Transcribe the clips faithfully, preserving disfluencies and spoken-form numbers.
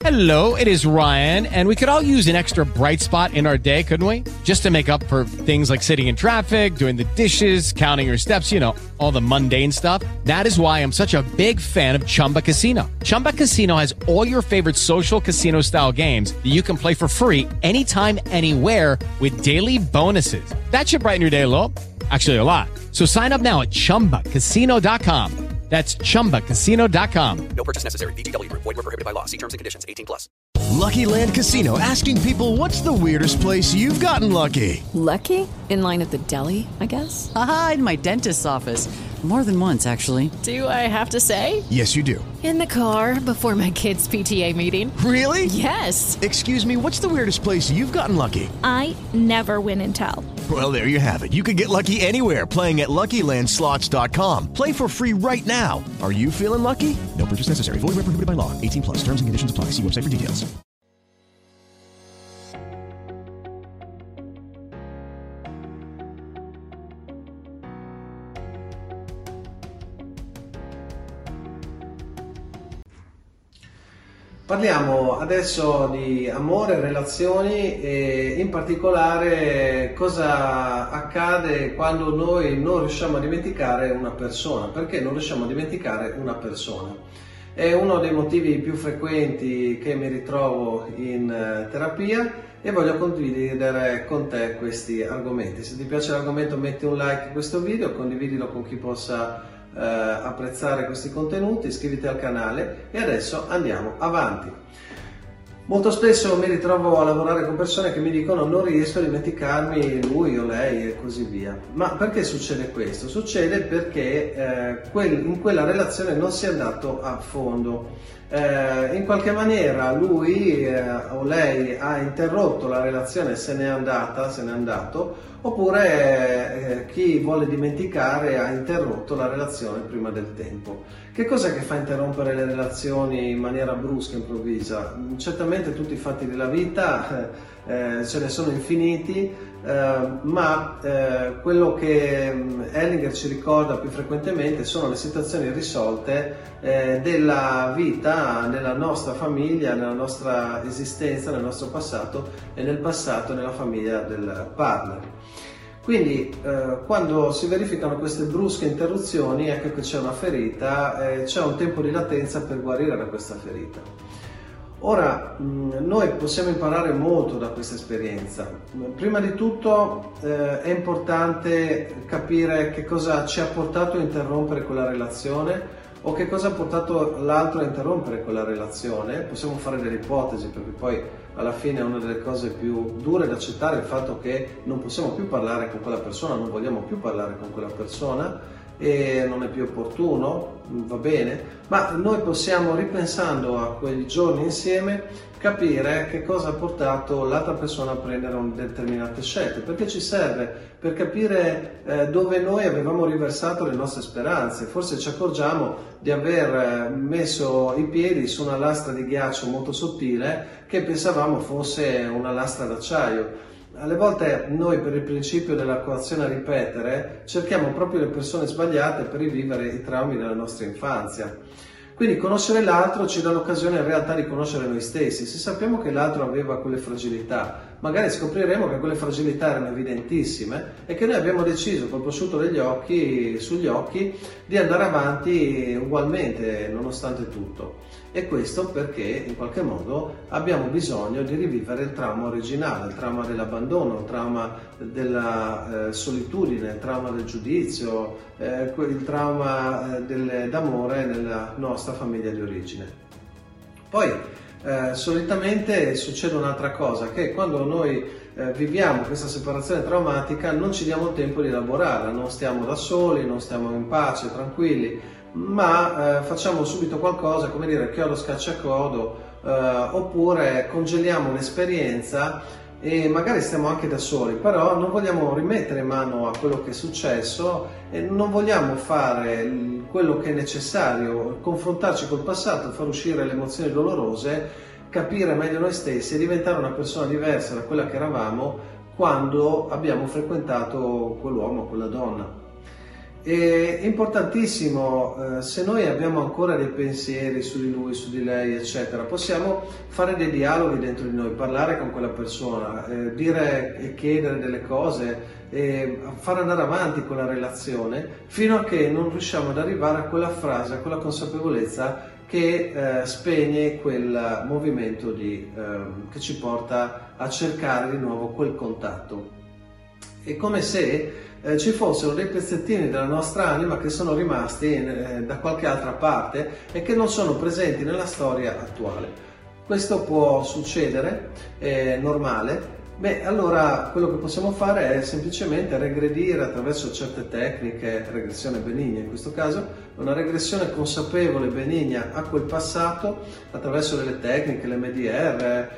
Hello, it is Ryan, and we could all use an extra bright spot in our day, couldn't we? Just to make up for things like sitting in traffic, doing the dishes, counting your steps, you know, all the mundane stuff. That is why I'm such a big fan of Chumba Casino. Chumba Casino has all your favorite social casino-style games that you can play for free anytime, anywhere with daily bonuses. That should brighten your day a little. Actually, a lot. So sign up now at chumba casino dot com. That's chumba casino dot com. No purchase necessary. V G W Group. Void where prohibited by law. See terms and conditions. eighteen plus. Lucky Land Casino, asking people, what's the weirdest place you've gotten lucky? Lucky? In line at the deli, I guess? Aha, in my dentist's office. More than once, actually. Do I have to say? Yes, you do. In the car before my kids' P T A meeting. Really? Yes. Excuse me, what's the weirdest place you've gotten lucky? I never win and tell. Well, there you have it. You can get lucky anywhere, playing at Lucky Land Slots dot com. Play for free right now. Are you feeling lucky? No purchase necessary. Void where prohibited by law. eighteen plus. Terms and conditions apply. See website for details. Parliamo adesso di amore, relazioni e in particolare cosa accade quando noi non riusciamo a dimenticare una persona. Perché non riusciamo a dimenticare una persona? È uno dei motivi più frequenti che mi ritrovo in terapia e voglio condividere con te questi argomenti. Se ti piace l'argomento metti un like a questo video, condividilo con chi possa Uh, apprezzare questi contenuti, iscriviti al canale e adesso andiamo avanti. Molto spesso mi ritrovo a lavorare con persone che mi dicono non riesco a dimenticarmi lui o lei e così via. Ma perché succede questo? Succede perché eh, quel, in quella relazione non si è andato a fondo. Eh, in qualche maniera lui eh, o lei ha interrotto la relazione, se n'è andata, se n'è andato, oppure eh, chi vuole dimenticare ha interrotto la relazione prima del tempo. Che cos'è che fa interrompere le relazioni in maniera brusca, improvvisa? Certamente tutti i fatti della vita, eh, ce ne sono infiniti, eh, ma eh, quello che Hellinger ci ricorda più frequentemente sono le situazioni irrisolte eh, della vita nella nostra famiglia, nella nostra esistenza, nel nostro passato e nel passato nella famiglia del partner. Quindi eh, quando si verificano queste brusche interruzioni, ecco che c'è una ferita, eh, c'è un tempo di latenza per guarire da questa ferita. Ora, mh, noi possiamo imparare molto da questa esperienza. Prima di tutto eh, è importante capire che cosa ci ha portato a interrompere quella relazione o che cosa ha portato l'altro a interrompere quella relazione. Possiamo fare delle ipotesi, perché poi alla fine è una delle cose più dure da accettare il fatto che non possiamo più parlare con quella persona, non vogliamo più parlare con quella persona e non è più opportuno, va bene, ma noi possiamo, ripensando a quei giorni insieme, capire che cosa ha portato l'altra persona a prendere determinate scelte, perché ci serve per capire eh, dove noi avevamo riversato le nostre speranze. Forse ci accorgiamo di aver messo i piedi su una lastra di ghiaccio molto sottile che pensavamo fosse una lastra d'acciaio. Alle volte noi, per il principio della coazione a ripetere, cerchiamo proprio le persone sbagliate per rivivere i traumi della nostra infanzia. Quindi conoscere l'altro ci dà l'occasione in realtà di conoscere noi stessi. Se sappiamo che l'altro aveva quelle fragilità, magari scopriremo che quelle fragilità erano evidentissime e che noi abbiamo deciso col prosciutto degli occhi, sugli occhi, di andare avanti ugualmente nonostante tutto. E questo perché in qualche modo abbiamo bisogno di rivivere il trauma originale, il trauma dell'abbandono, il trauma della eh, solitudine, il trauma del giudizio, eh, il trauma eh, del, d'amore nella nostra famiglia di origine. Poi eh, solitamente succede un'altra cosa, che quando noi eh, viviamo questa separazione traumatica non ci diamo il tempo di elaborarla, non stiamo da soli, non stiamo in pace, tranquilli, ma eh, facciamo subito qualcosa, come dire, chiodo scacciacodo, eh, oppure congeliamo un'esperienza e magari stiamo anche da soli, però non vogliamo rimettere mano a quello che è successo e non vogliamo fare quello che è necessario, confrontarci col passato, far uscire le emozioni dolorose, capire meglio noi stessi e diventare una persona diversa da quella che eravamo quando abbiamo frequentato quell'uomo o quella donna. È importantissimo, eh, se noi abbiamo ancora dei pensieri su di lui, su di lei, eccetera, possiamo fare dei dialoghi dentro di noi, parlare con quella persona, eh, dire e chiedere delle cose, e far andare avanti quella relazione fino a che non riusciamo ad arrivare a quella frase, a quella consapevolezza che eh, spegne quel movimento di, eh, che ci porta a cercare di nuovo quel contatto. È come se eh, ci fossero dei pezzettini della nostra anima che sono rimasti eh, da qualche altra parte e che non sono presenti nella storia attuale. Questo può succedere, è normale. Beh, allora quello che possiamo fare è semplicemente regredire attraverso certe tecniche, regressione benigna in questo caso, una regressione consapevole e benigna a quel passato attraverso delle tecniche, l'M D R,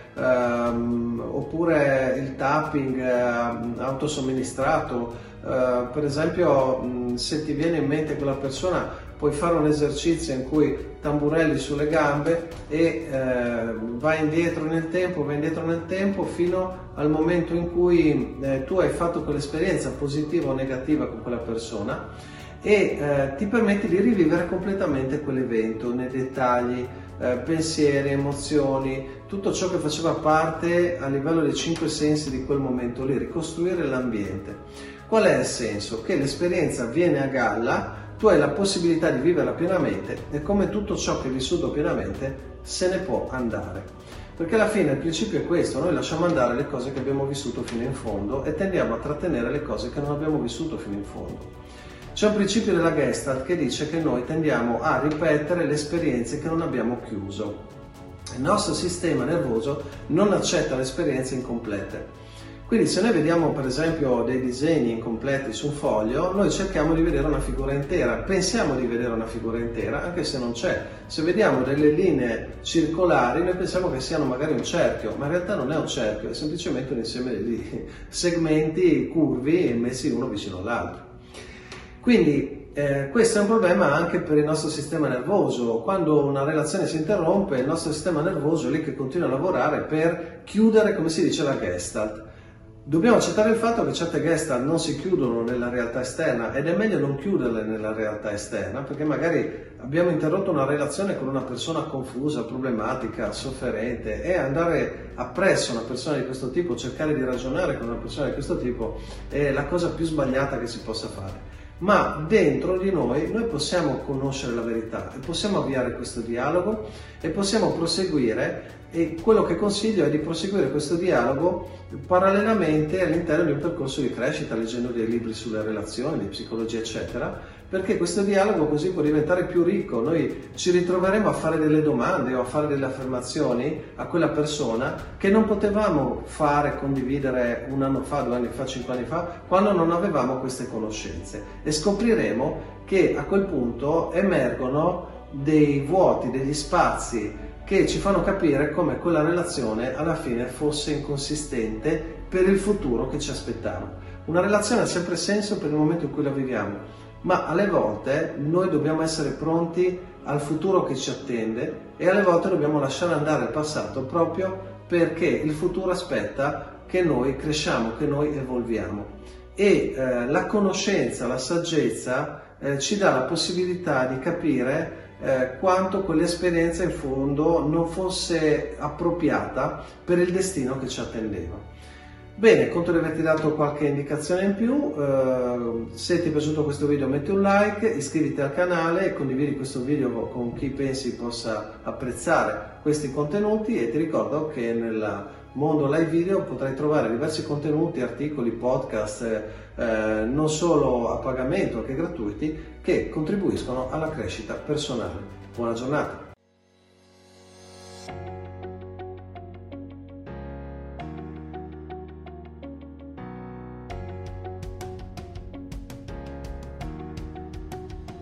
ehm, oppure il tapping eh, autosomministrato. Eh, per esempio, mh, se ti viene in mente quella persona, puoi fare un esercizio in cui tamburelli sulle gambe e eh, vai indietro nel tempo, vai indietro nel tempo fino al momento in cui eh, tu hai fatto quell'esperienza positiva o negativa con quella persona e eh, ti permetti di rivivere completamente quell'evento nei dettagli, eh, pensieri, emozioni, tutto ciò che faceva parte a livello dei cinque sensi di quel momento lì, ricostruire l'ambiente. Qual è il senso? Che l'esperienza viene a galla, tu hai la possibilità di viverla pienamente e come tutto ciò che hai vissuto pienamente se ne può andare. Perché alla fine il principio è questo, noi lasciamo andare le cose che abbiamo vissuto fino in fondo e tendiamo a trattenere le cose che non abbiamo vissuto fino in fondo. C'è un principio della Gestalt che dice che noi tendiamo a ripetere le esperienze che non abbiamo chiuso. Il nostro sistema nervoso non accetta le esperienze incomplete. Quindi se noi vediamo per esempio dei disegni incompleti su un foglio, noi cerchiamo di vedere una figura intera, pensiamo di vedere una figura intera anche se non c'è. Se vediamo delle linee circolari noi pensiamo che siano magari un cerchio, ma in realtà non è un cerchio, è semplicemente un insieme di segmenti curvi messi uno vicino all'altro. Quindi eh, questo è un problema anche per il nostro sistema nervoso. Quando una relazione si interrompe, il nostro sistema nervoso è lì che continua a lavorare per chiudere, come si dice, la Gestalt. Dobbiamo accettare il fatto che certe Gestalt non si chiudono nella realtà esterna ed è meglio non chiuderle nella realtà esterna perché magari abbiamo interrotto una relazione con una persona confusa, problematica, sofferente e andare appresso una persona di questo tipo, cercare di ragionare con una persona di questo tipo è la cosa più sbagliata che si possa fare. Ma dentro di noi noi possiamo conoscere la verità e possiamo avviare questo dialogo e possiamo proseguire e quello che consiglio è di proseguire questo dialogo parallelamente all'interno di un percorso di crescita, leggendo dei libri sulle relazioni, di psicologia eccetera, perché questo dialogo così può diventare più ricco, noi ci ritroveremo a fare delle domande o a fare delle affermazioni a quella persona che non potevamo fare, condividere un anno fa, due anni fa, cinque anni fa, quando non avevamo queste conoscenze e scopriremo che a quel punto emergono dei vuoti, degli spazi che ci fanno capire come quella relazione alla fine fosse inconsistente per il futuro che ci aspettava. Una relazione ha sempre senso per il momento in cui la viviamo, ma alle volte noi dobbiamo essere pronti al futuro che ci attende e alle volte dobbiamo lasciare andare il passato proprio perché il futuro aspetta che noi cresciamo, che noi evolviamo. E eh, la conoscenza, la saggezza eh, ci dà la possibilità di capire Eh, quanto quell'esperienza in fondo non fosse appropriata per il destino che ci attendeva. Bene, conto di averti dato qualche indicazione in più. Eh, se ti è piaciuto questo video metti un like, iscriviti al canale e condividi questo video con chi pensi possa apprezzare questi contenuti e ti ricordo che nel mondo live video potrai trovare diversi contenuti, articoli, podcast, eh, non solo a pagamento che gratuiti, che contribuiscono alla crescita personale. Buona giornata!